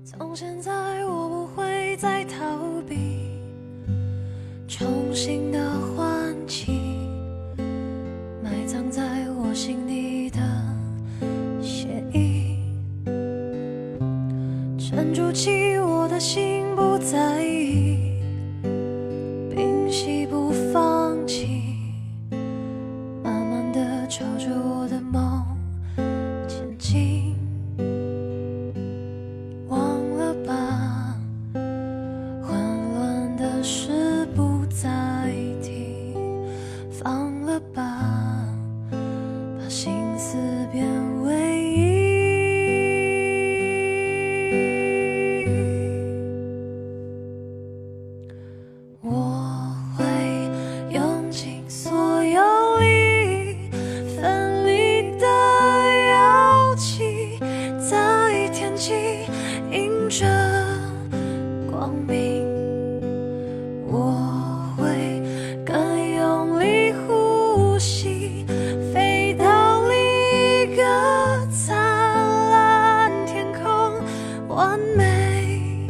从现在我不会再逃避，重新的唤起埋藏在我心底的血意，沉住气，我的心不在意，屏息不放弃，慢慢地朝着我的梦前进。忘了吧，混乱的事不再提，放了吧，把心思变为一。我会用尽所有力，奋力的摇起，在天际迎着光明，我会更用力呼吸，飞到另一个灿烂天空，完美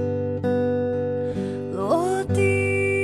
落地。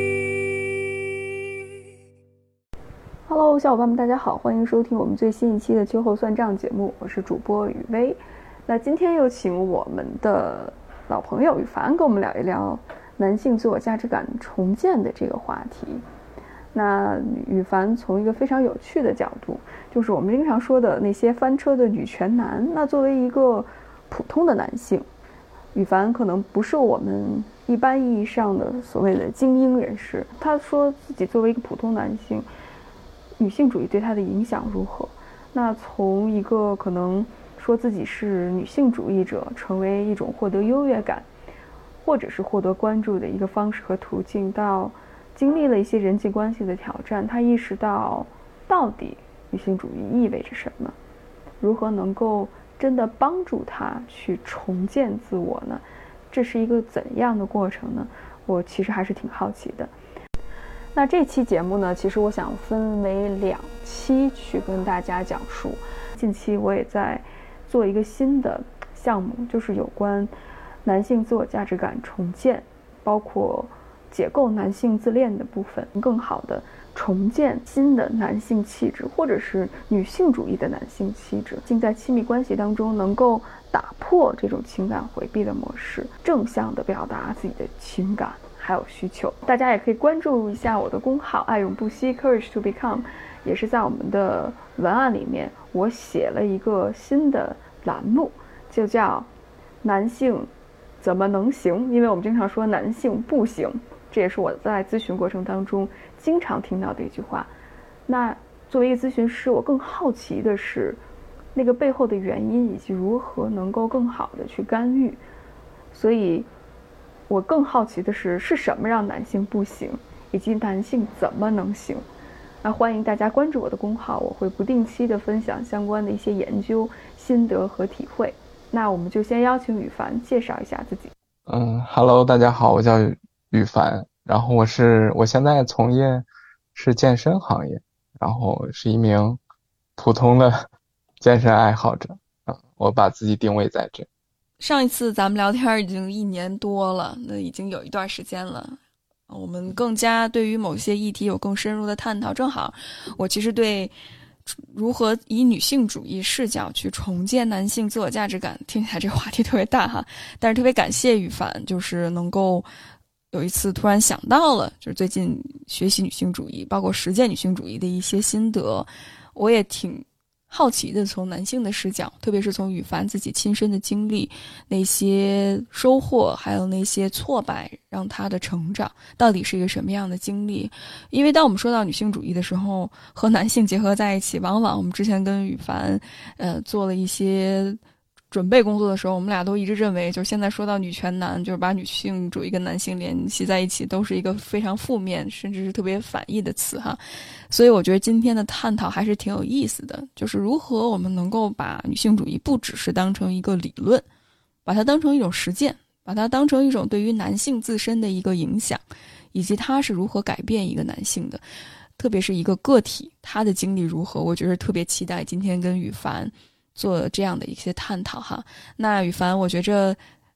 Hello， 小伙伴们，大家好，欢迎收听我们最新一期的秋后算账节目，我是主播雨薇。那今天又请我们的老朋友羽凡跟我们聊一聊男性自我价值感重建的这个话题。那羽凡从一个非常有趣的角度，就是我们经常说的那些翻车的女权男，那作为一个普通的男性，羽凡可能不是我们一般意义上的所谓的精英人士。他说自己作为一个普通男性，女性主义对他的影响如何？那从一个可能说自己是女性主义者，成为一种获得优越感或者是获得关注的一个方式和途径，到经历了一些人际关系的挑战，他意识到到底女性主义意味着什么，如何能够真的帮助他去重建自我呢？这是一个怎样的过程呢？我其实还是挺好奇的。那这期节目呢，其实我想分为2期去跟大家讲述。近期我也在做一个新的项目，就是有关男性自我价值感重建，包括解构男性自恋的部分，更好的重建新的男性气质，或者是女性主义的男性气质，并在亲密关系当中能够打破这种情感回避的模式，正向的表达自己的情感还有需求。大家也可以关注一下我的公号爱永不息 Courage to Become， 也是在我们的文案里面我写了一个新的栏目，就叫男性怎么能行，因为我们经常说男性不行，这也是我在咨询过程当中经常听到的一句话。那作为一个咨询师，我更好奇的是那个背后的原因，以及如何能够更好的去干预。所以我更好奇的是什么让男性不行，以及男性怎么能行。那欢迎大家关注我的公号，我会不定期的分享相关的一些研究心得和体会。那我们就先邀请羽凡介绍一下自己。 Hello， 大家好，我叫羽凡，然后我现在从业是健身行业，然后是一名普通的健身爱好者，我把自己定位在这。 上一次咱们聊天已经1年多了，那已经有一段时间了，我们更加对于某些议题有更深入的探讨。正好我其实对如何以女性主义视角去重建男性自我价值感，听起来这个话题特别大哈，但是特别感谢羽凡，就是能够有一次突然想到了，就是最近学习女性主义包括实践女性主义的一些心得，我也挺好奇的，从男性的视角，特别是从羽凡自己亲身的经历，那些收获还有那些挫败，让他的成长到底是一个什么样的经历。因为当我们说到女性主义的时候，和男性结合在一起，往往我们之前跟羽凡做了一些准备工作的时候，我们俩都一致认为，就是现在说到女权男，就是把女性主义跟男性联系在一起，都是一个非常负面甚至是特别反义的词哈。所以我觉得今天的探讨还是挺有意思的，就是如何我们能够把女性主义不只是当成一个理论，把它当成一种实践，把它当成一种对于男性自身的一个影响，以及它是如何改变一个男性的，特别是一个个体他的经历如何。我觉得特别期待今天跟羽凡做这样的一些探讨哈。那羽凡，我觉着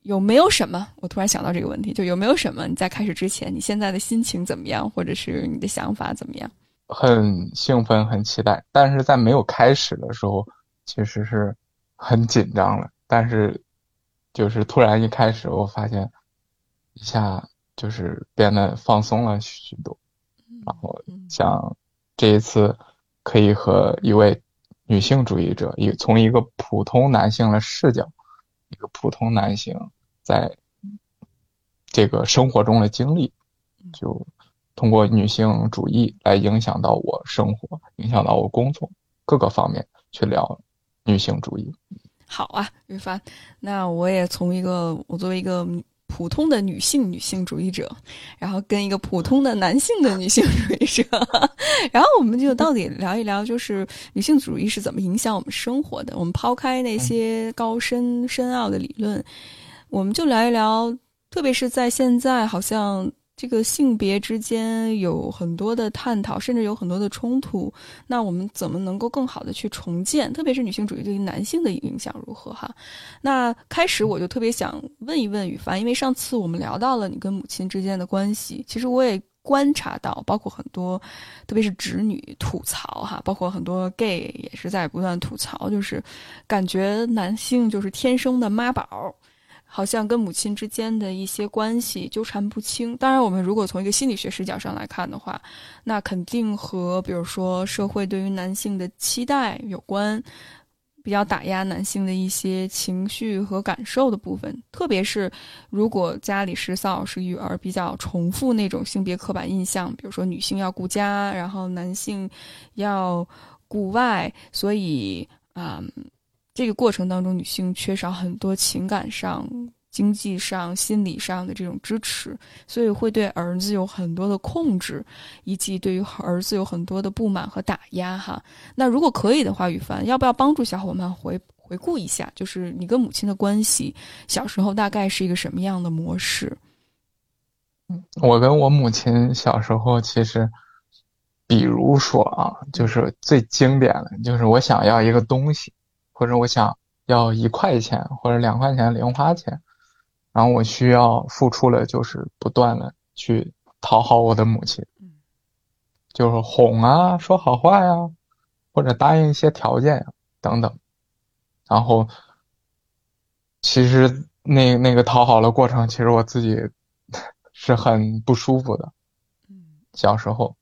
有没有什么？我突然想到这个问题，就有没有什么你在开始之前，你现在的心情怎么样，或者是你的想法怎么样？ 很兴奋，很期待，但是在没有开始的时候，其实是很紧张了。但是就是突然一开始，我发现一下就是变得放松了许多。然后想这一次可以和一位女性主义者，从一个普通男性的视角，一个普通男性在这个生活中的经历，就通过女性主义来影响到我生活，影响到我工作各个方面去聊女性主义。 好啊，于凡，那我也我作为一个普通的女性主义者，然后跟一个普通的男性的女性主义者，然后我们就到底聊一聊，就是女性主义是怎么影响我们生活的。我们抛开那些高深奥的理论，我们就聊一聊，特别是在现在，好像这个性别之间有很多的探讨，甚至有很多的冲突。那我们怎么能够更好的去重建，特别是女性主义对于男性的影响如何哈？那开始我就特别想问一问宇凡，因为上次我们聊到了你跟母亲之间的关系，其实我也观察到，包括很多特别是直女吐槽哈，包括很多 gay 也是在不断吐槽，就是感觉男性就是天生的妈宝，好像跟母亲之间的一些关系纠缠不清。当然我们如果从一个心理学视角上来看的话，那肯定和比如说社会对于男性的期待有关，比较打压男性的一些情绪和感受的部分。特别是如果家里是丧偶式育儿，比较重复那种性别刻板印象，比如说女性要顾家，然后男性要顾外，所以这个过程当中，女性缺少很多情感上、经济上、心理上的这种支持，所以会对儿子有很多的控制，以及对于儿子有很多的不满和打压哈。那如果可以的话，宇凡，要不要帮助小伙伴回顾一下，就是你跟母亲的关系，小时候大概是一个什么样的模式？ 我跟我母亲小时候其实，比如说就是最经典的，就是我想要一个东西，或者我想要1块钱或者2块钱零花钱，然后我需要付出的就是不断的去讨好我的母亲，就是哄啊，说好话呀，或者答应一些条件呀，等等。然后其实那个讨好的过程，其实我自己是很不舒服的，小时候，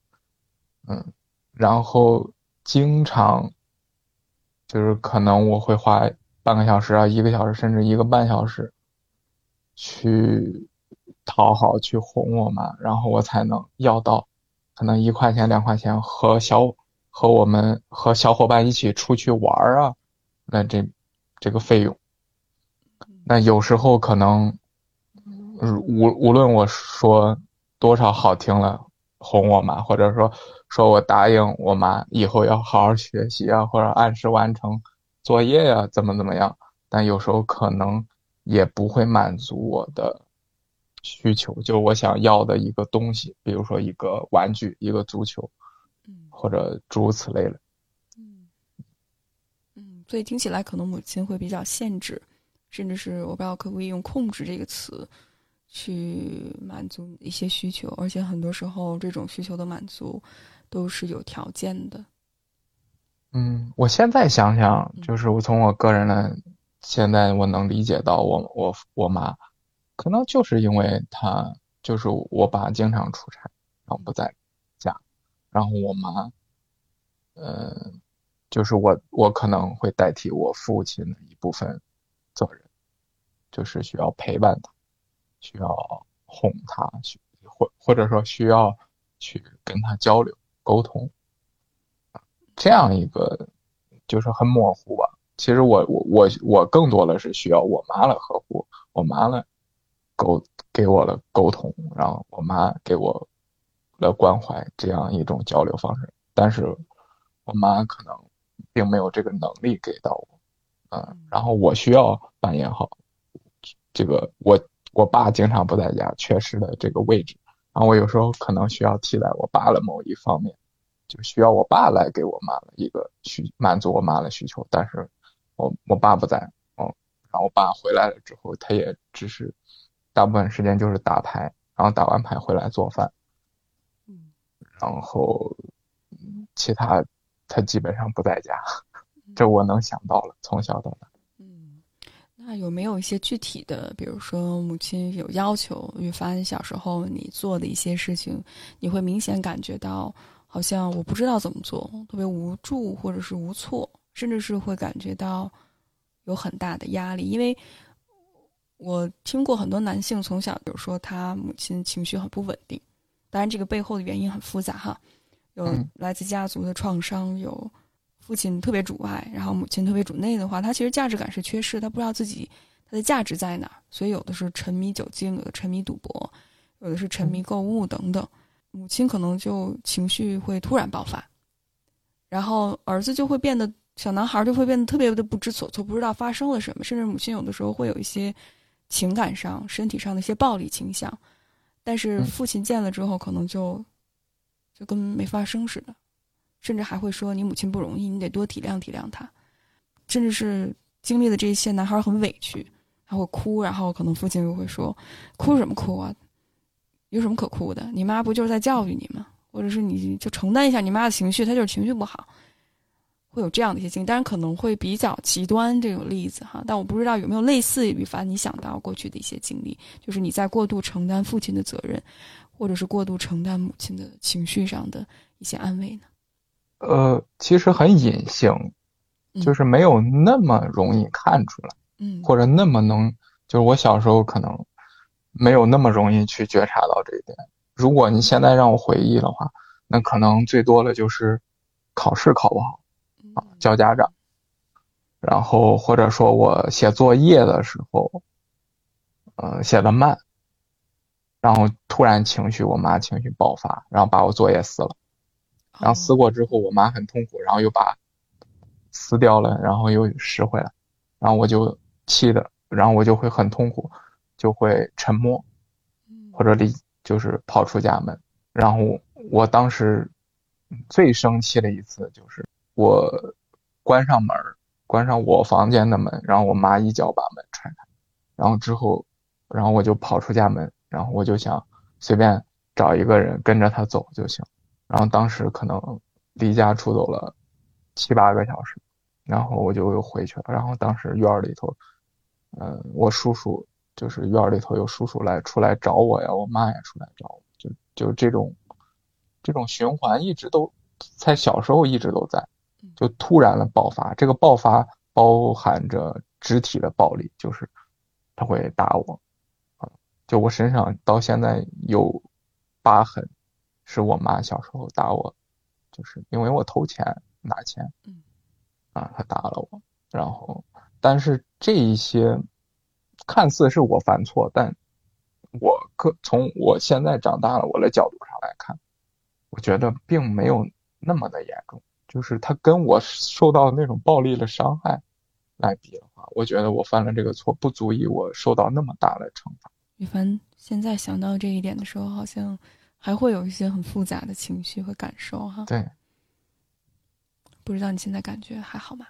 然后经常就是可能我会花半个小时1个小时，甚至1个半小时去讨好、去哄我妈，然后我才能要到可能1块钱、2块钱和我们和小伙伴一起出去玩啊，那这个费用。那有时候可能无论我说多少好听了哄我妈，或者说我答应我妈以后要好好学习啊，或者按时完成作业呀，怎么样，但有时候可能也不会满足我的需求，就我想要的一个东西，比如说一个玩具、一个足球，或者诸如此类的。 所以听起来可能母亲会比较限制，甚至是我不知道可不可以用控制这个词去满足你的一些需求，而且很多时候这种需求的满足都是有条件的。 我现在想想，就是我从我个人的，现在我能理解到我妈，可能就是因为她就是我爸经常出差，然后不在家，然后我妈，就是我可能会代替我父亲的一部分责任，就是需要陪伴他，需要哄他，或者说需要去跟他交流沟通，这样一个就是很模糊吧。其实我更多的是需要我妈来呵护，我妈来给我的沟通，然后我妈给我的关怀，这样一种交流方式。但是我妈可能并没有这个能力给到我，然后我需要扮演好这个我爸经常不在家缺失的这个位置，然后我有时候可能需要替代我爸的某一方面，就需要我爸来给我妈的一个满足我妈的需求，但是我爸不在，然然后我爸回来了之后，他也只是大部分时间就是打牌，然后打完牌回来做饭，然后其他他基本上不在家，这我能想到了，从小到大。 那有没有一些具体的，比如说母亲有要求羽凡小时候你做的一些事情，你会明显感觉到好像我不知道怎么做，特别无助或者是无措，甚至是会感觉到有很大的压力？因为我听过很多男性从小，比如说他母亲情绪很不稳定，当然这个背后的原因很复杂哈，有来自家族的创伤，有父亲特别主外，然后母亲特别主内的话，他其实价值感是缺失，他不知道自己他的价值在哪儿，所以有的是沉迷酒精，有的沉迷赌博，有的是沉迷购物等等。母亲可能就情绪会突然爆发，然后儿子就会变得，小男孩就会变得特别的不知所措，不知道发生了什么，甚至母亲有的时候会有一些情感上、身体上的一些暴力倾向，但是父亲见了之后，可能就跟没发生似的。甚至还会说你母亲不容易，你得多体谅体谅她。甚至是经历的这一切，男孩很委屈，他会哭，然后可能父亲又会说，哭什么哭啊，有什么可哭的，你妈不就是在教育你吗？或者是你就承担一下你妈的情绪，她就是情绪不好，会有这样的一些经历。当然可能会比较极端这种例子哈，但我不知道有没有类似羽凡你想到过去的一些经历，就是你在过度承担父亲的责任，或者是过度承担母亲的情绪上的一些安慰呢？ 其实很隐性，就是没有那么容易看出来，或者那么就是我小时候可能没有那么容易去觉察到这一点。如果你现在让我回忆的话，那可能最多的就是考试考不好叫家长，然后或者说我写作业的时候写得慢，然后突然我妈情绪爆发，然后把我作业撕了，然后撕过之后我妈很痛苦，然后又把撕掉了，然后又拾回来，然后我就气的，然后我就会很痛苦，就会沉默，或者就是跑出家门。然后我当时最生气的一次就是我关上我房间的门，然后我妈一脚把门踹开，然后之后我就跑出家门，然后我就想随便找一个人跟着她走就行。然后当时可能离家出走了7、8个小时，然后我就又回去了。然后当时院里头，我叔叔就是院里头有叔叔出来找我呀，我妈也出来找我，就这种循环一直都在小时候一直都在，就突然的爆发。这个爆发包含着肢体的暴力，就是他会打我，就我身上到现在有疤痕。是我妈小时候打我，就是因为我偷钱拿钱，她打了我。然后，但是这一些看似是我犯错，但从我现在长大了我的角度上来看，我觉得并没有那么的严重。就是他跟我受到那种暴力的伤害来比的话，我觉得我犯了这个错不足以我受到那么大的惩罚。 羽凡现在想到这一点的时候，好像还会有一些很复杂的情绪和感受哈。 对， 不知道你现在感觉还好吗？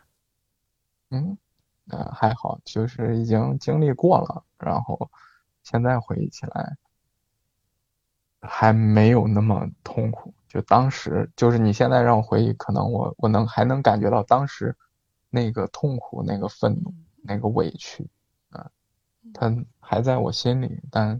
还好，就是已经经历过了，然后现在回忆起来还没有那么痛苦。就当时就是你现在让我回忆，可能我还能感觉到当时那个痛苦、那个愤怒、那个委屈它还在我心里，但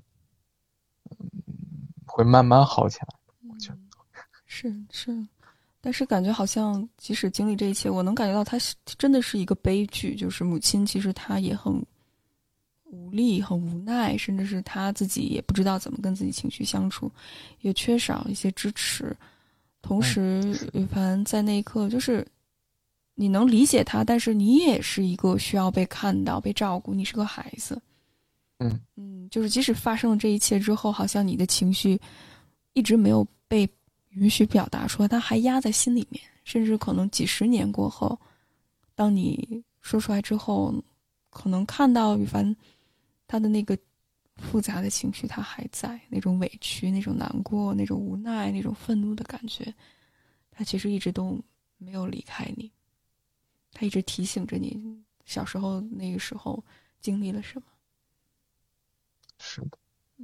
会慢慢好起来，我觉得是，但是感觉好像即使经历这一切，我能感觉到它真的是一个悲剧，就是母亲其实她也很无力、很无奈，甚至是她自己也不知道怎么跟自己情绪相处，也缺少一些支持。同时羽凡在那一刻就是你能理解他，但是你也是一个需要被看到、被照顾，你是个孩子。就是即使发生了这一切之后，好像你的情绪一直没有被允许表达出来，它还压在心里面，甚至可能几十年过后，当你说出来之后，可能看到羽凡他的那个复杂的情绪，他还在，那种委屈、那种难过、那种无奈、那种愤怒的感觉，他其实一直都没有离开你，他一直提醒着你小时候那个时候经历了什么。 是的，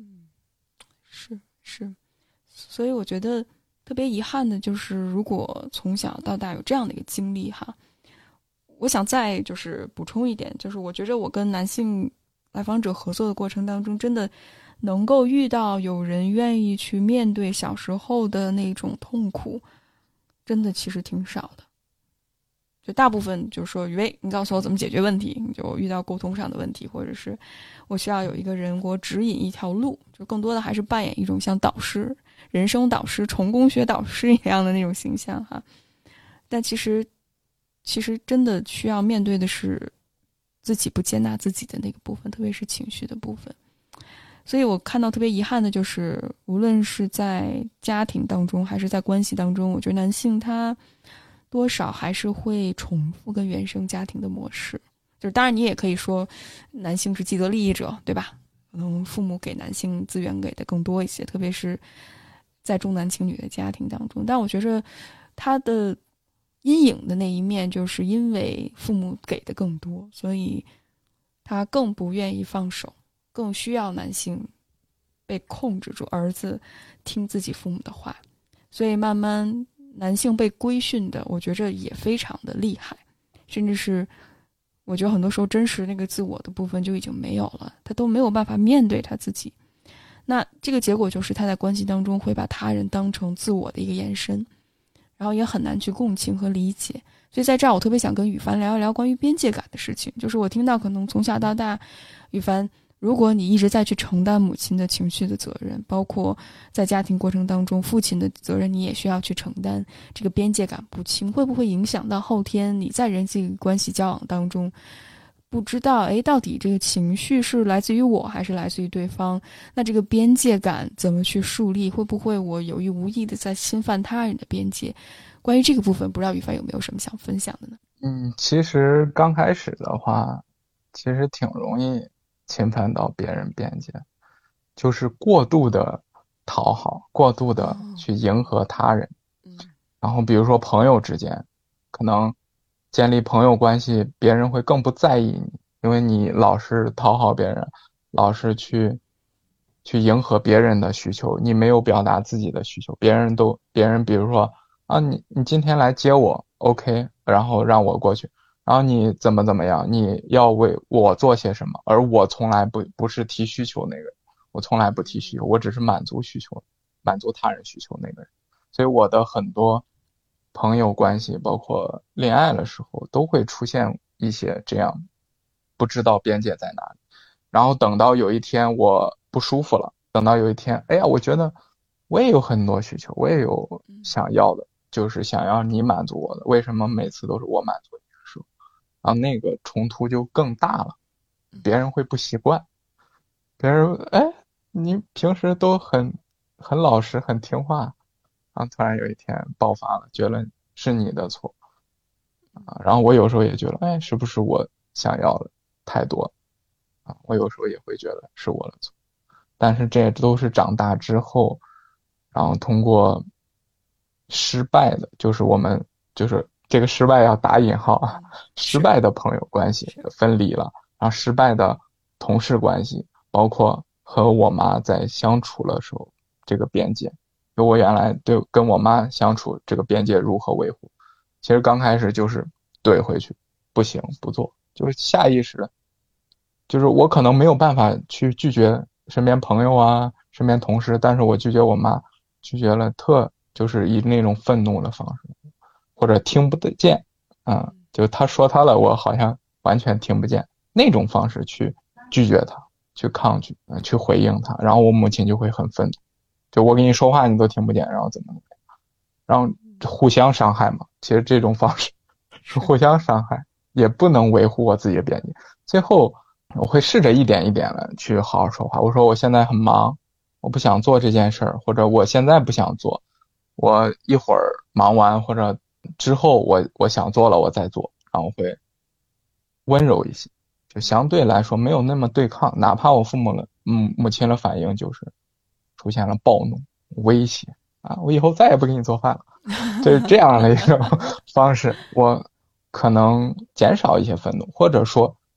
是，所以我觉得特别遗憾的就是，如果从小到大有这样的一个经历哈，我想再就是补充一点，就是我觉着我跟男性来访者合作的过程当中，真的能够遇到有人愿意去面对小时候的那种痛苦，真的其实挺少的。就大部分就是说，喂，你告诉我怎么解决问题，你就遇到沟通上的问题，或者是我需要有一个人给我指引一条路，就更多的还是扮演一种像导师、人生导师、成功学导师一样的那种形象哈。但其实真的需要面对的是自己不接纳自己的那个部分，特别是情绪的部分。所以我看到特别遗憾的就是，无论是在家庭当中还是在关系当中，我觉得男性他多少还是会重复跟原生家庭的模式。就是当然你也可以说男性是既得利益者，对吧？可能父母给男性资源给的更多一些，特别是在重男轻女的家庭当中。但我觉得他的阴影的那一面，就是因为父母给的更多，所以他更不愿意放手，更需要男性被控制住，儿子听自己父母的话。所以慢慢男性被规训的，我觉着也非常的厉害，甚至是我觉得很多时候真实那个自我的部分就已经没有了，他都没有办法面对他自己。那这个结果就是他在关系当中会把他人当成自我的一个延伸，然后也很难去共情和理解。所以在这儿我特别想跟羽凡聊一聊关于边界感的事情。就是我听到可能从小到大，羽凡如果你一直在去承担母亲的情绪的责任，包括在家庭过程当中父亲的责任你也需要去承担，这个边界感不清，会不会影响到后天你在人际关系交往当中不知道到底这个情绪是来自于我还是来自于对方，那这个边界感怎么去树立，会不会我有意无意的在侵犯他人的边界。关于这个部分，不知道羽凡有没有什么想分享的呢？ 其实刚开始的话，其实挺容易侵犯到别人边界，就是过度的讨好，过度的去迎合他人。然后比如说朋友之间，可能建立朋友关系，别人会更不在意你，因为你老是讨好别人，老是去迎合别人的需求，你没有表达自己的需求，别人比如说啊，你今天来接我 OK， 然后让我过去，然后你怎么样，你要为我做些什么，而我从来不是提需求那个人，我从来不提需求，我只是满足需求，满足他人需求那个人。所以我的很多朋友关系包括恋爱的时候都会出现一些这样不知道边界在哪里。然后等到有一天我不舒服了，等到有一天我觉得我也有很多需求，我也有想要的，就是想要你满足我的，为什么每次都是我满足你的时候，然后那个冲突就更大了，别人会不习惯，别人你平时都很老实很听话，然后突然有一天爆发了，觉得是你的错然后我有时候也觉得是不是我想要的太多我有时候也会觉得是我的错，但是这都是长大之后，然后通过失败的，就是我们就是这个失败要打引号失败的朋友关系分离了，然后失败的同事关系，包括和我妈在相处的时候这个边界，就我原来跟我妈相处这个边界如何维护，其实刚开始就是怼回去，不行不做，就是下意识的，就是我可能没有办法去拒绝身边朋友啊身边同事，但是我拒绝我妈拒绝了就是以那种愤怒的方式，或者听不得见就他说他了我好像完全听不见，那种方式去拒绝他，去抗拒去回应他，然后我母亲就会很愤怒，就我跟你说话你都听不见，然后怎么然后互相伤害嘛，其实这种方式是互相伤害，也不能维护我自己的边界。最后我会试着一点一点的去好好说话，我说我现在很忙，我不想做这件事儿，或者我现在不想做，我一会儿忙完或者之后我想做了我再做，然后会温柔一些，就相对来说没有那么对抗，哪怕我母亲的反应就是出现了暴怒威胁我以后再也不给你做饭了就是这样的一种方式，我可能减少一些愤怒，或者说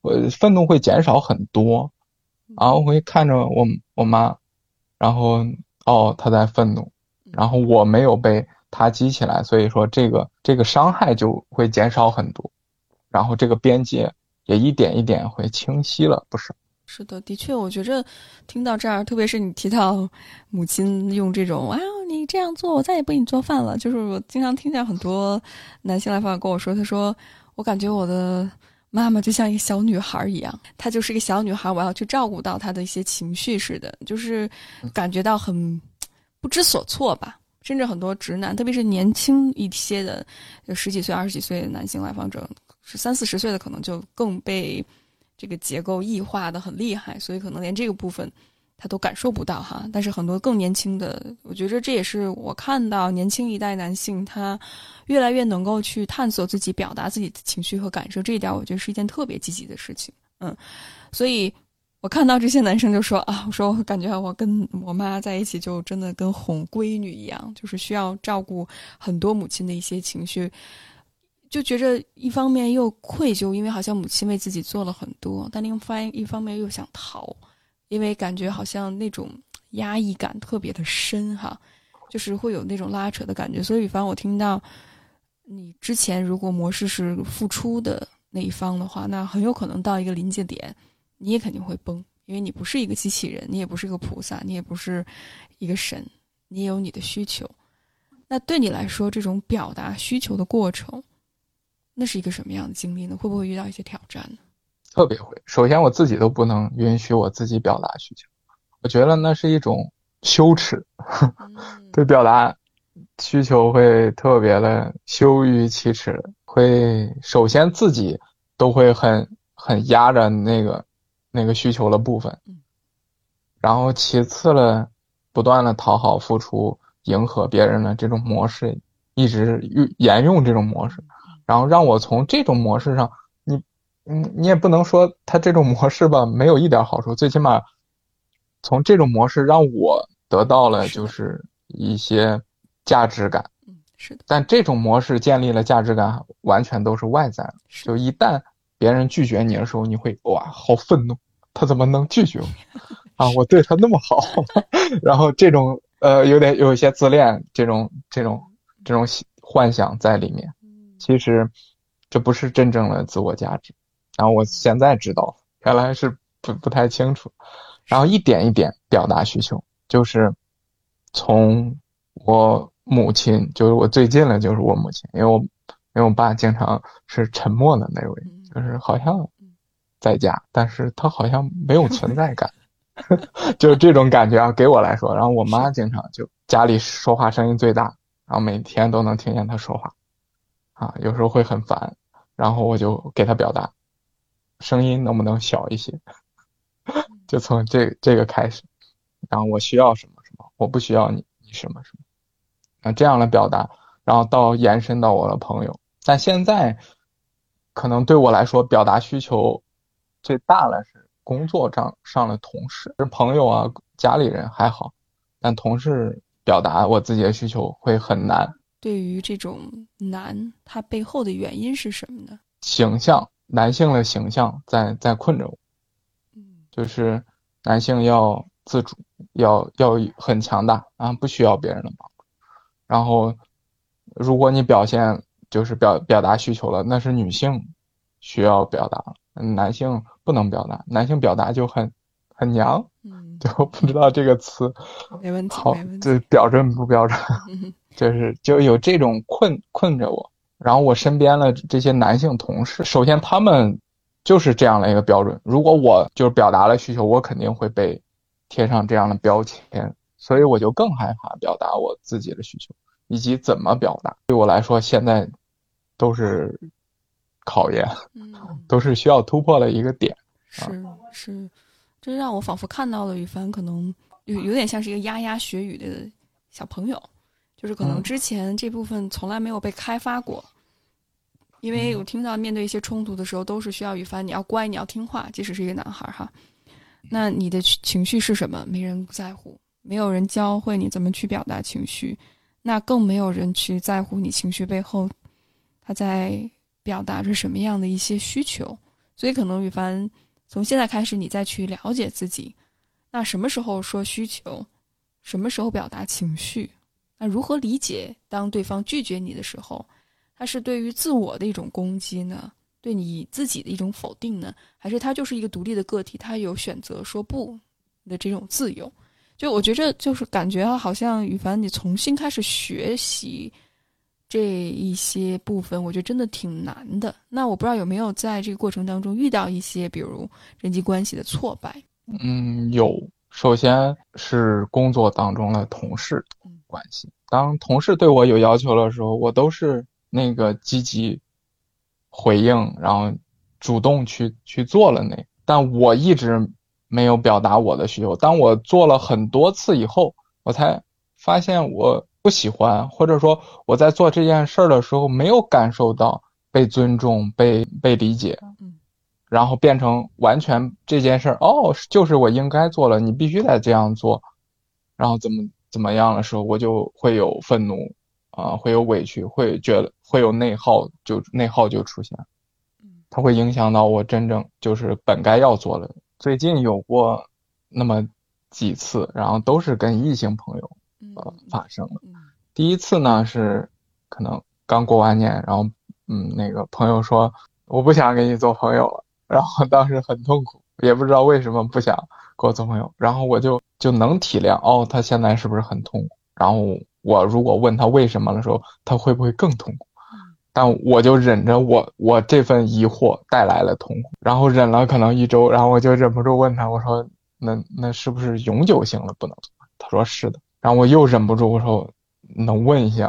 我愤怒会减少很多。然后会看着我妈，然后她在愤怒，然后我没有被她激起来，所以说这个伤害就会减少很多，然后这个边界也一点一点会清晰了不少。 是的，的确，我觉着听到这儿，特别是你提到母亲用这种你这样做，我再也不给你做饭了，就是我经常听见很多男性来访跟我说，他说我感觉我的妈妈就像一个小女孩一样，她就是一个小女孩，我要去照顾到她的一些情绪似的，就是感觉到很不知所措吧。甚至很多直男，特别是年轻一些的10几岁、20几岁的男性来访者，是30、40岁的，可能就更被这个结构异化的很厉害，所以可能连这个部分他都感受不到哈。但是很多更年轻的，我觉得这也是我看到年轻一代男性他越来越能够去探索自己、表达自己的情绪和感受，这一点我觉得是一件特别积极的事情。所以我看到这些男生就说我说我感觉我跟我妈在一起就真的跟哄闺女一样，就是需要照顾很多母亲的一些情绪，就觉着一方面又愧疚，因为好像母亲为自己做了很多，但另一方面又想逃，因为感觉好像那种压抑感特别的深哈，就是会有那种拉扯的感觉。所以反正我听到你之前如果模式是付出的那一方的话，那很有可能到一个临界点你也肯定会崩，因为你不是一个机器人，你也不是个菩萨，你也不是一个神，你也有你的需求。那对你来说这种表达需求的过程，那是一个什么样的经历呢？会不会遇到一些挑战呢？ 特别会。首先我自己都不能允许我自己表达需求，我觉得那是一种羞耻。对表达需求会特别的羞于启齿，会首先自己都会很压着那个需求的部分，然后其次了，不断的讨好、付出、迎合别人的这种模式，一直沿用这种模式，然后让我从这种模式上，你也不能说他这种模式吧没有一点好处，最起码从这种模式让我得到了就是一些价值感。 是的。 但这种模式建立了价值感完全都是外在的，就一旦别人拒绝你的时候，你会好愤怒，他怎么能拒绝我我对他那么好然后这种有一些自恋这种幻想在里面，其实这不是真正的自我价值。然后我现在知道原来是不太清楚，然后一点一点表达需求，就是从我母亲，就是我最近了就是我母亲，因为我爸经常是沉默的那位，就是好像在家，但是他好像没有存在感就是这种感觉给我来说。然后我妈经常就家里说话声音最大，然后每天都能听见她说话有时候会很烦，然后我就给她表达声音能不能小一些就从这个开始，然后我需要什么什么，我不需要你什么什么，这样的表达，然后到延伸到我的朋友。但现在可能对我来说表达需求最大的是工作上的同事，朋友家里人还好，但同事表达我自己的需求会很难。 对于这种难，它背后的原因是什么呢？ 形象，男性的形象在困着我。就是男性要自主，要很强大不需要别人的帮助。然后如果你表现就是表达需求了，那是女性需要表达，男性不能表达，男性表达就很娘。就不知道这个词没问题， 好，这标准不标准就有这种困着我。然后我身边的这些男性同事，首先他们就是这样的一个标准，如果我就是表达了需求，我肯定会被贴上这样的标签，所以我就更害怕表达我自己的需求以及怎么表达。对我来说现在都是考验，都是需要突破的一个点。 是，这让我仿佛看到了羽凡可能有点像是一个牙牙学语的小朋友，就是可能之前这部分从来没有被开发过。因为我听到面对一些冲突的时候，都是需要羽凡你要乖，你要听话，即使是一个男孩哈。那你的情绪是什么？没人在乎，没有人教会你怎么去表达情绪，那更没有人去在乎你情绪背后他在表达着什么样的一些需求。 所以可能羽凡从现在开始，你再去了解自己，那什么时候说需求，什么时候表达情绪，那如何理解当对方拒绝你的时候，他是对于自我的一种攻击呢，对你自己的一种否定呢，还是他就是一个独立的个体，他有选择说不的这种自由。就我觉着就是感觉好像羽凡你重新开始学习这一些部分，我觉得真的挺难的。那我不知道有没有在这个过程当中遇到一些比如人际关系的挫败。 有。首先是工作当中的同事关系，当同事对我有要求的时候，我都是那个积极回应，然后主动去做了但我一直没有表达我的需求。当我做了很多次以后，我才发现我不喜欢，或者说我在做这件事的时候没有感受到被尊重、被理解，然后变成完全这件事就是我应该做了，你必须得这样做，然后怎么样的时候，我就会有愤怒会有委屈，会觉得会有内耗就出现，它会影响到我真正就是本该要做的。最近有过那么几次，然后都是跟异性朋友发生的。第一次呢是可能刚过完年，然后那个朋友说我不想跟你做朋友了，然后当时很痛苦，也不知道为什么不想跟我做朋友，然后我就能体谅他现在是不是很痛苦，然后我如果问他为什么的时候，他会不会更痛苦，但我就忍着我这份疑惑带来了痛苦，然后忍了可能1周，然后我就忍不住问他，我说那是不是永久性的不能做？他说是的，然后我又忍不住我说能问一下，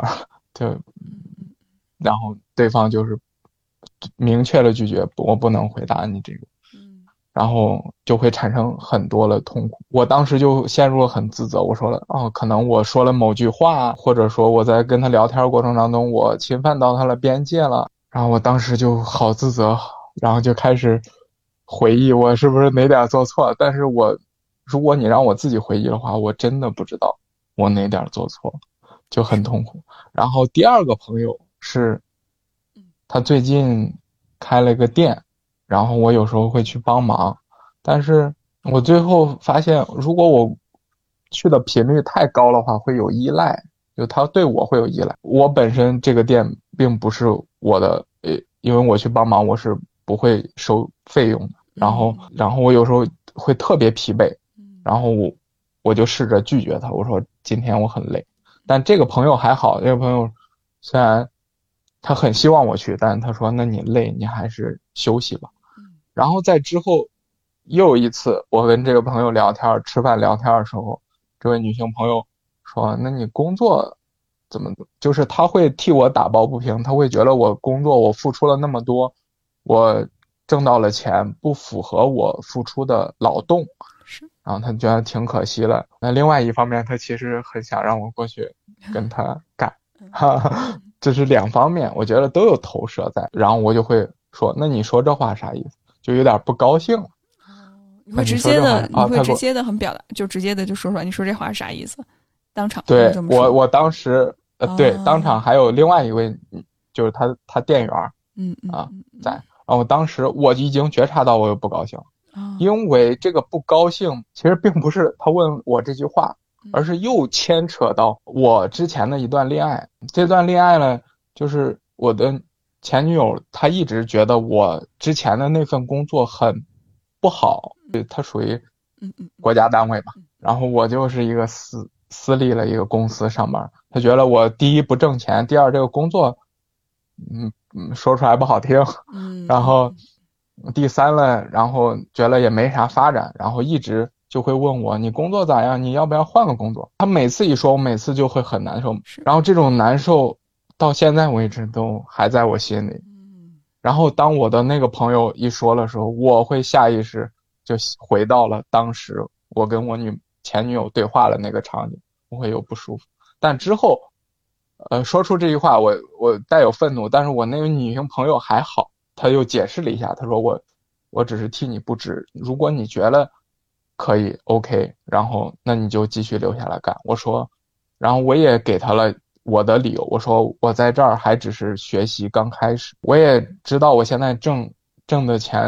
然后对方就是明确的拒绝，我不能回答你这个，然后就会产生很多的痛苦。我当时就陷入了很自责，我说了可能我说了某句话，或者说我在跟他聊天过程当中我侵犯到他的边界了，然后我当时就好自责，然后就开始回忆我是不是哪点做错，但是如果你让我自己回忆的话，我真的不知道我哪点做错，就很痛苦。然后第二个朋友是他最近开了个店，然后我有时候会去帮忙，但是我最后发现如果我去的频率太高的话会有依赖，就他对我会有依赖。我本身这个店并不是我的因为我去帮忙我是不会收费用的，然后我有时候会特别疲惫，然后我就试着拒绝他，我说今天我很累。但这个朋友还好，这个朋友虽然他很希望我去，但他说那你累你还是休息吧。然后在之后又有一次我跟这个朋友聊天，吃饭聊天的时候，这位女性朋友说那你工作怎么，就是他会替我打抱不平，他会觉得我工作我付出了那么多，我挣到了钱不符合我付出的劳动，然后他觉得挺可惜了。那另外一方面他其实很想让我过去跟他干这是两方面我觉得都有投射在，然后我就会说那你说这话啥意思，就有点不高兴了。 你会直接的很表达，就直接的就说出来，你说这话是啥意思？当场对我当时对，当场还有另外一位就是他店员在，然后当时我已经觉察到我有不高兴，因为这个不高兴其实并不是他问我这句话，而是又牵扯到我之前的一段恋爱。这段恋爱呢，就是我的前女友她一直觉得我之前的那份工作很不好，它属于国家单位吧，然后我就是一个私立的一个公司上班，他觉得我第一不挣钱，第二这个工作说出来不好听，然后第三了，然后觉得也没啥发展，然后一直就会问我你工作咋样，你要不要换个工作。他每次一说我每次就会很难受，然后这种难受到现在为止都还在我心里。然后当我的那个朋友一说的时候，我会下意识就回到了当时我跟我前女友对话的那个场景，我会有不舒服。但之后说出这句话我带有愤怒，但是我那个女性朋友还好，她又解释了一下，她说我只是替你不值，如果你觉得可以 OK， 然后那你就继续留下来干。我说，然后我也给她了我的理由，我说我在这儿还只是学习刚开始，我也知道我现在挣的钱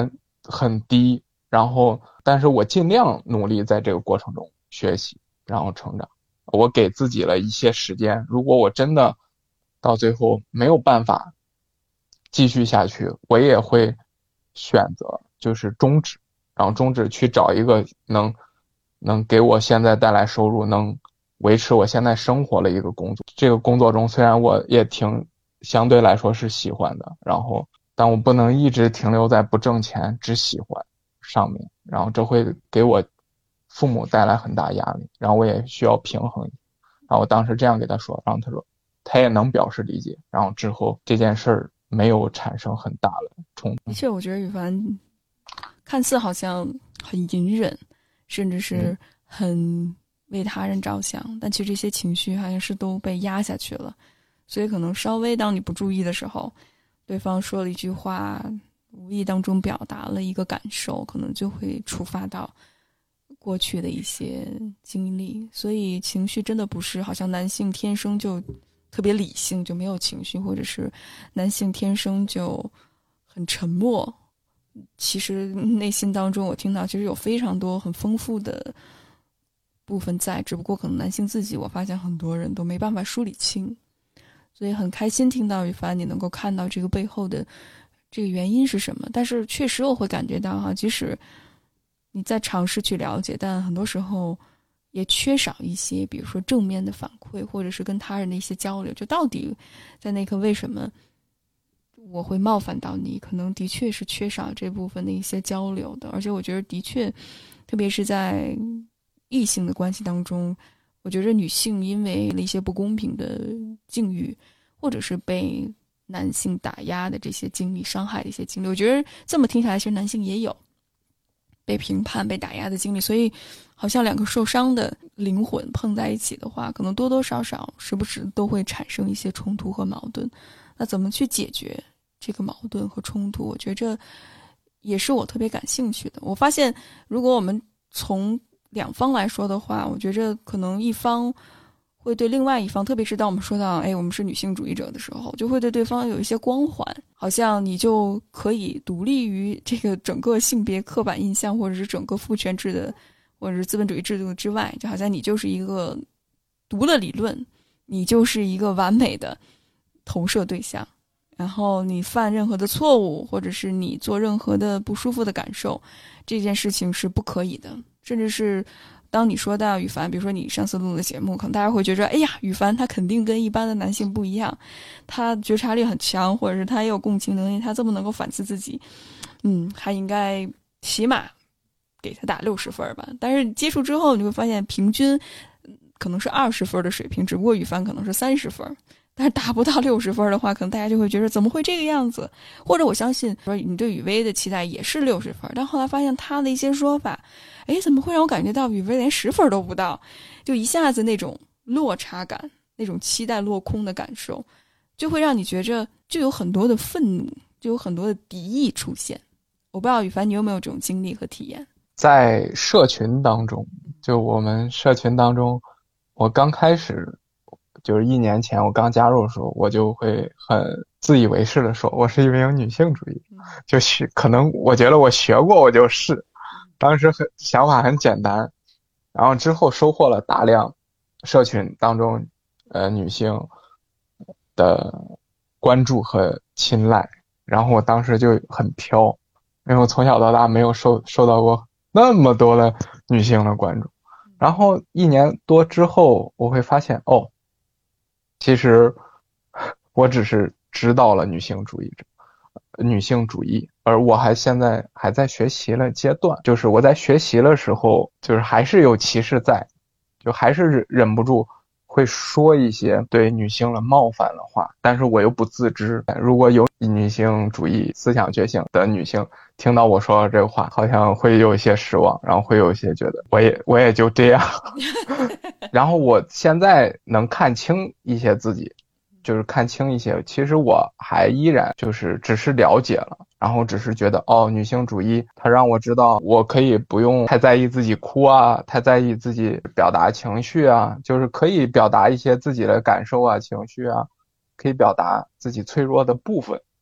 很低，然后但是我尽量努力在这个过程中学习，然后成长。我给自己了一些时间，如果我真的到最后没有办法继续下去，我也会选择就是终止，然后终止去找一个能给我现在带来收入，能维持我现在生活的一个工作。这个工作中虽然我也相对来说是喜欢的，然后但我不能一直停留在不挣钱只喜欢上面，然后这会给我父母带来很大压力，然后我也需要平衡。然后我当时这样给他说，然后他说他也能表示理解，然后之后这件事儿没有产生很大的冲突。 的确，我觉得羽凡看似好像很隐忍，甚至是很为他人着想，但其实这些情绪好像是都被压下去了。所以可能稍微当你不注意的时候，对方说了一句话，无意当中表达了一个感受，可能就会触发到过去的一些经历。所以情绪真的不是好像男性天生就特别理性就没有情绪，或者是男性天生就很沉默。其实内心当中我听到其实有非常多很丰富的部分在，只不过可能男性自己我发现很多人都没办法梳理清。所以很开心听到羽凡你能够看到这个背后的这个原因是什么。但是确实我会感觉到即使你在尝试去了解，但很多时候也缺少一些比如说正面的反馈，或者是跟他人的一些交流，就到底在那刻为什么我会冒犯到你，可能的确是缺少这部分的一些交流的。而且我觉得的确特别是在异性的关系当中，我觉得女性因为一些不公平的境遇，或者是被男性打压的这些经历，伤害的一些经历，我觉得这么听起来其实男性也有被评判被打压的经历。所以好像两个受伤的灵魂碰在一起的话，可能多多少少时不时都会产生一些冲突和矛盾。那怎么去解决这个矛盾和冲突，我觉得这也是我特别感兴趣的。我发现如果我们从两方来说的话，我觉着可能一方会对另外一方，特别是当我们说到我们是女性主义者的时候，就会对对方有一些光环，好像你就可以独立于这个整个性别刻板印象，或者是整个父权制的或者是资本主义制度之外，就好像你就是一个读了理论，你就是一个完美的投射对象，然后你犯任何的错误，或者是你做任何的不舒服的感受，这件事情是不可以的。甚至是当你说到羽凡，比如说你上次录的节目，可能大家会觉得羽凡他肯定跟一般的男性不一样，他觉察力很强，或者是他也有共情能力，他这么能够反思自己，还应该起码给他打60分吧。但是接触之后你会发现平均可能是20分的水平，只不过羽凡可能是30分，但是达不到60分的话，可能大家就会觉得怎么会这个样子。或者我相信说你对雨薇的期待也是60分，但后来发现他的一些说法，怎么会让我感觉到雨薇连10分都不到，就一下子那种落差感，那种期待落空的感受，就会让你觉着就有很多的愤怒，就有很多的敌意出现。我不知道羽凡你有没有这种经历和体验。 在社群当中，就我们社群当中，我刚开始就是1年前我刚加入的时候，我就会很自以为是的说我是一名女性主义，就是可能我觉得我学过我就是，当时想法很简单，然后之后收获了大量社群当中女性的关注和青睐，然后我当时就很飘，因为我从小到大没有受到过那么多的女性的关注。然后1年多之后我会发现其实我只是知道了女性主义，而我现在还在学习的阶段，就是我在学习的时候就是还是有歧视在，就还是忍不住会说一些对女性的冒犯的话，但是我又不自知。如果有女性主义思想觉醒的女性听到我说这个话，好像会有一些失望，然后会有一些觉得我也就这样然后我现在能看清一些自己，就是看清一些，其实我还依然就是只是了解了，然后只是觉得女性主义它让我知道我可以不用太在意自己哭啊，太在意自己表达情绪啊，就是可以表达一些自己的感受啊情绪啊，可以表达自己脆弱的部分，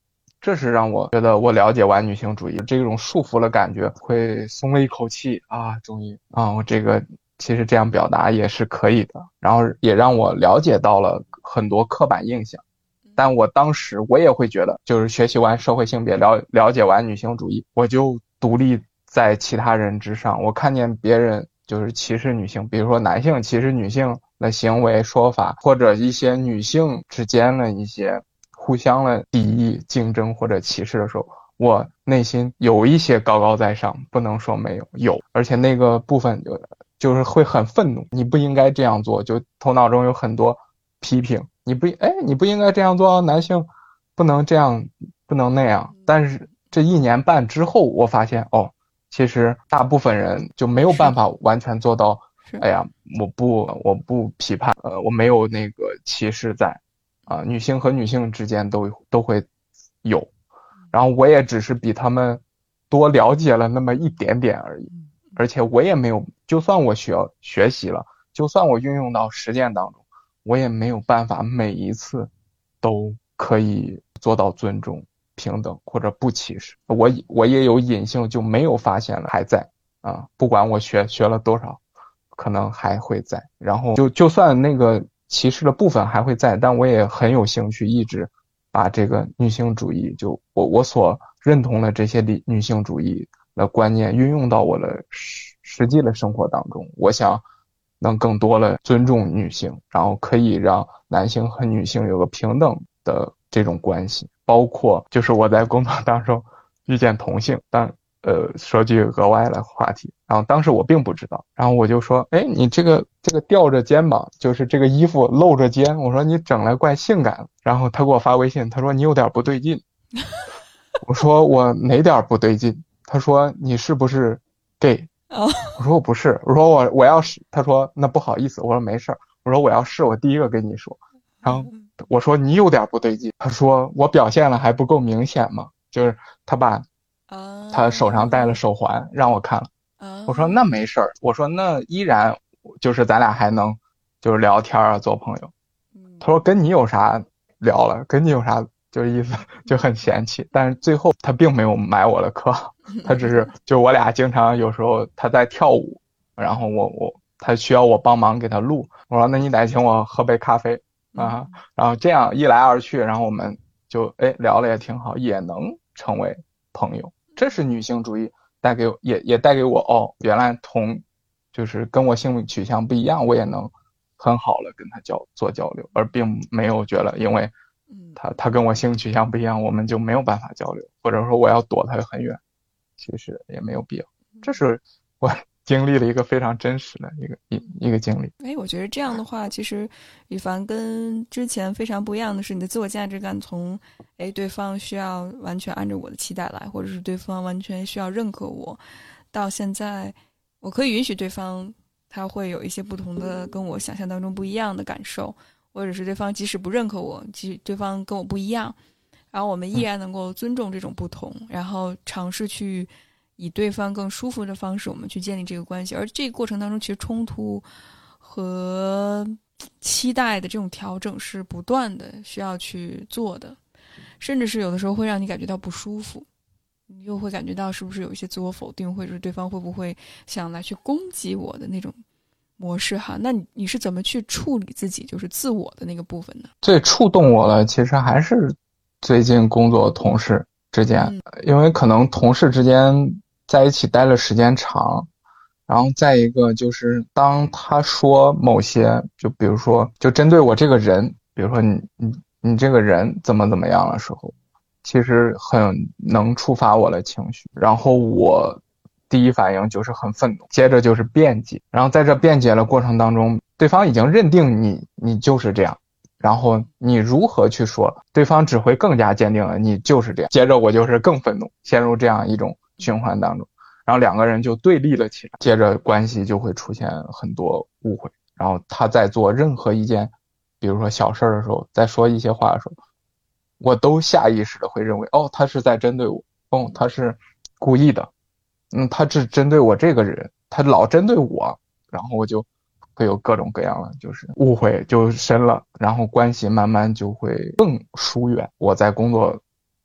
这是让我觉得我了解完女性主义这种束缚的感觉，会松了一口气啊，终于啊，我这个其实这样表达也是可以的，然后也让我了解到了很多刻板印象。但我当时我也会觉得，就是学习完社会性别，了解完女性主义，我就独立在其他人之上。我看见别人就是歧视女性，比如说男性歧视女性的行为说法，或者一些女性之间的一些互相的敌意、竞争或者歧视的时候，我内心有一些高高在上，不能说没有，而且那个部分就是会很愤怒，你不应该这样做，就头脑中有很多批评，你不应该这样做，男性不能这样，不能那样。但是这1年半之后，我发现其实大部分人就没有办法完全做到，哎呀，我不批判，我没有那个歧视在，女性和女性之间都会有，然后我也只是比他们多了解了那么一点点而已，而且我也没有，就算我学习了，就算我运用到实践当中，我也没有办法每一次都可以做到尊重、平等或者不歧视。我也有隐性就没有发现了，还在不管我学了多少，可能还会在。然后就算那个歧视的部分还会在，但我也很有兴趣一直把这个女性主义，就我所认同的这些女性主义的观念运用到我的实际的生活当中。我想能更多的尊重女性，然后可以让男性和女性有个平等的这种关系，包括就是我在工作当中遇见同性，但说句额外的话题，然后当时我并不知道，然后我就说，哎，你这个吊着肩膀，就是这个衣服露着肩，我说你整来怪性感，然后他给我发微信，他说你有点不对劲，我说我哪点不对劲？他说你是不是 gay？我说我不是，我说我要是，他说那不好意思，我说没事儿，我说我要是我第一个跟你说，然后我说你有点不对劲，他说我表现了还不够明显吗？就是他把他手上戴了手环让我看了，我说那没事儿，我说那依然就是咱俩还能就是聊天啊做朋友，他说跟你有啥聊了，跟你有啥就是意思就很嫌弃，但是最后他并没有买我的课，他只是就我俩经常有时候他在跳舞，然后他需要我帮忙给他录，我说那你得请我喝杯咖啡然后这样一来二去，然后我们就聊了也挺好，也能成为朋友。这是女性主义带给我也带给我原来就是跟我性取向不一样，我也能很好的跟他做交流，而并没有觉得因为他跟我性取向不一样，我们就没有办法交流，或者说我要躲他很远，其实也没有必要。这是我经历了一个非常真实的一个经历。 我觉得这样的话，其实羽凡跟之前非常不一样的是，你的自我价值感从对方需要完全按照我的期待来，或者是对方完全需要认可我，到现在我可以允许对方他会有一些不同的跟我想象当中不一样的感受，或者是对方即使不认可我，即使对方跟我不一样，然后我们依然能够尊重这种不同，然后尝试去以对方更舒服的方式我们去建立这个关系。而这个过程当中其实冲突和期待的这种调整是不断的需要去做的，甚至是有的时候会让你感觉到不舒服，你又会感觉到是不是有一些自我否定，或者是对方会不会想来去攻击我的那种模式哈。那你是怎么去处理自己就是自我的那个部分呢？ 最触动我了其实还是最近工作同事之间，因为可能同事之间在一起待了时间长，然后再一个就是当他说某些就比如说就针对我这个人，比如说你这个人怎么样的时候，其实很能触发我的情绪，然后我第一反应就是很愤怒，接着就是辩解，然后在这辩解的过程当中，对方已经认定你就是这样，然后你如何去说，对方只会更加坚定了你就是这样，接着我就是更愤怒，陷入这样一种循环当中，然后两个人就对立了起来，接着关系就会出现很多误会，然后他在做任何一件比如说小事的时候，在说一些话的时候，我都下意识的会认为他是在针对我，他是故意的，他只针对我这个人，他老针对我，然后我就会有各种各样的就是误会就深了，然后关系慢慢就会更疏远。我在工作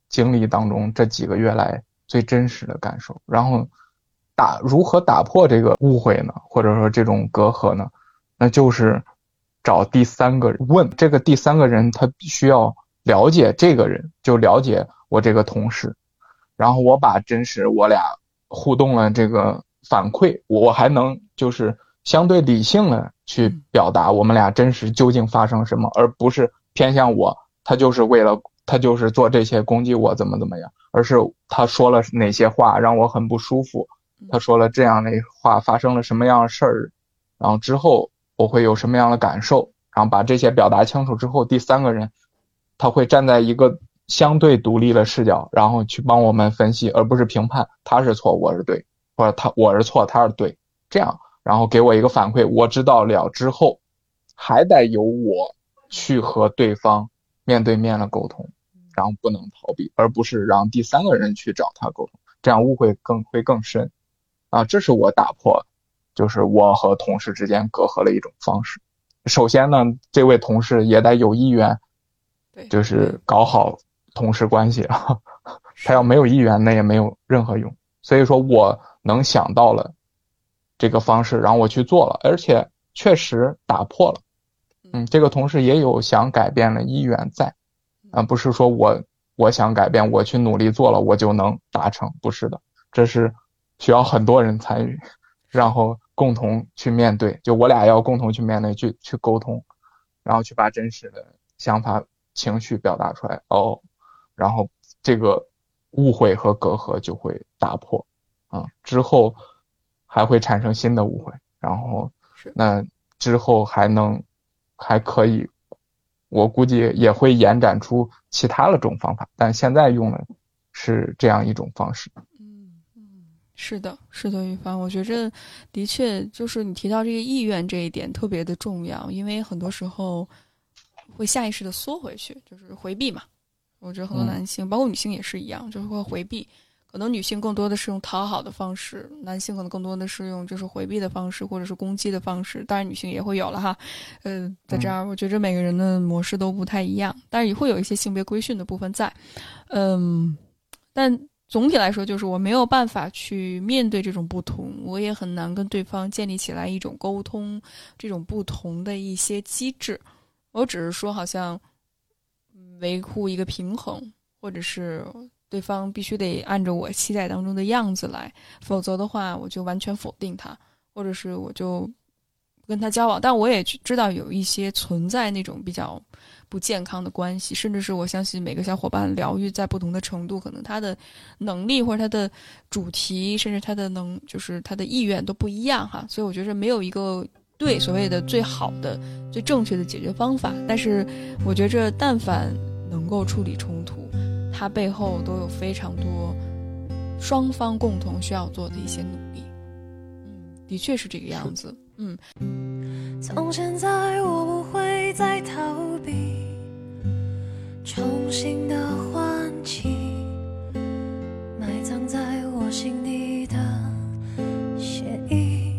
经历当中这几个月来最真实的感受。然后如何打破这个误会呢？或者说这种隔阂呢？那就是找第三个人问，这个第三个人他需要了解这个人，就了解我这个同事，然后我把真实我俩互动了这个反馈，我还能就是相对理性的去表达我们俩真实究竟发生什么，而不是偏向我，他就是做这些攻击我怎么样，而是他说了哪些话让我很不舒服，他说了这样的话发生了什么样的事儿，然后之后我会有什么样的感受，然后把这些表达清楚之后，第三个人他会站在一个相对独立的视角，然后去帮我们分析，而不是评判他是错我是对，或者我是错他是对，这样然后给我一个反馈，我知道了之后还得由我去和对方面对面的沟通，然后不能逃避，而不是让第三个人去找他沟通，这样误会会更深啊。这是我打破就是我和同事之间隔阂的一种方式。首先呢，这位同事也得有意愿，就是搞好同事关系啊。他要没有意愿，那也没有任何用。所以说我能想到了这个方式，然后我去做了，而且确实打破了。这个同事也有想改变的意愿在，不是说我想改变，我去努力做了，我就能达成，不是的，这是需要很多人参与，然后共同去面对，就我俩要共同去面对，去沟通，然后去把真实的想法、情绪表达出来，然后这个误会和隔阂就会打破，之后还会产生新的误会，然后那之后还可以，我估计也会延展出其他的种方法，但现在用的是这样一种方式。 是的，于凡，我觉着的确就是你提到这个意愿这一点特别的重要，因为很多时候会下意识的缩回去，就是回避嘛。我觉得很多男性，包括女性也是一样，就是会回避。可能女性更多的是用讨好的方式，男性可能更多的是用就是回避的方式，或者是攻击的方式。当然，女性也会有了哈。在这儿，我觉得每个人的模式都不太一样，但是也会有一些性别规训的部分在。但总体来说，就是我没有办法去面对这种不同，我也很难跟对方建立起来一种沟通，这种不同的一些机制。我只是说，好像维护一个平衡，或者是对方必须得按照我期待当中的样子来，否则的话我就完全否定他，或者是我就不跟他交往。但我也知道有一些存在那种比较不健康的关系，甚至是我相信每个小伙伴疗愈在不同的程度，可能他的能力或者他的主题，甚至他的就是他的意愿都不一样哈。所以我觉得没有一个所谓的最好的、最正确的解决方法，但是我觉着但凡能够处理冲突，它背后都有非常多双方共同需要做的一些努力。的确是这个样子。 从现在我不会再逃避，重新的唤起埋藏在我心底的血意，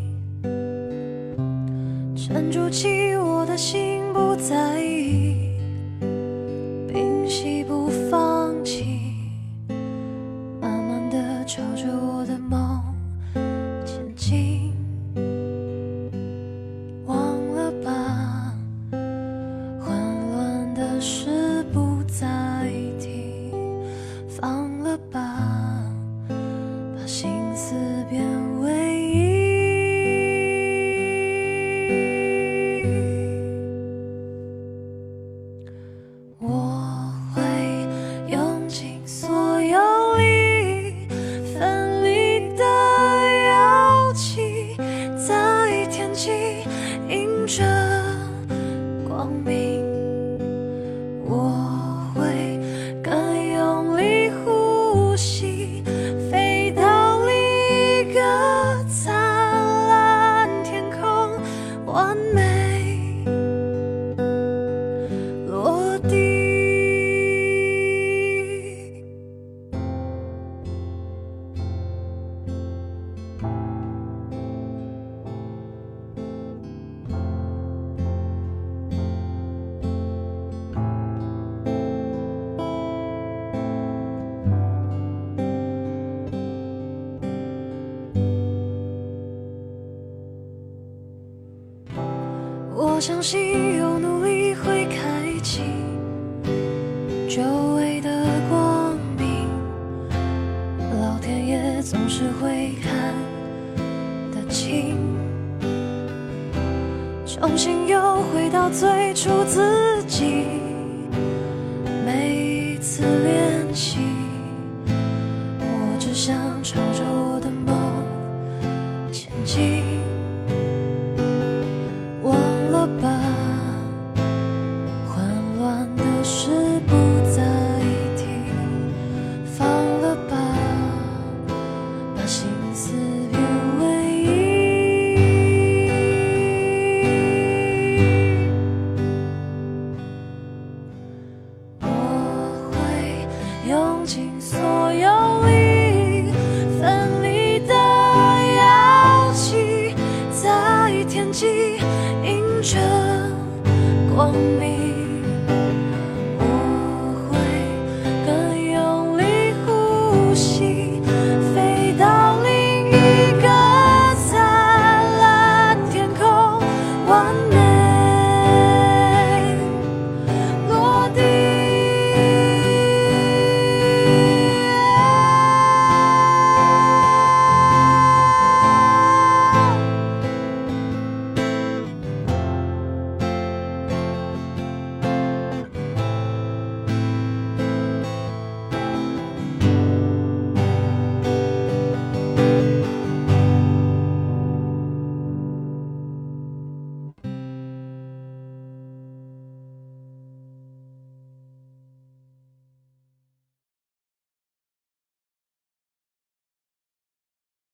沉住气，我的心不在意，屏息不放弃，慢慢地朝着我的梦前进。忘了吧，混乱的事不再提，放了吧，把心思变为一。 相信有努力会开启久违的光明，老天爷总是会看得清，重新又回到最初自己。每一次练习，我只想朝着我的梦前进。忘了吧，混乱的事不再提，放了吧，把心思变为一。我会用尽所有力，奋力的摇起，在天际迎着光明。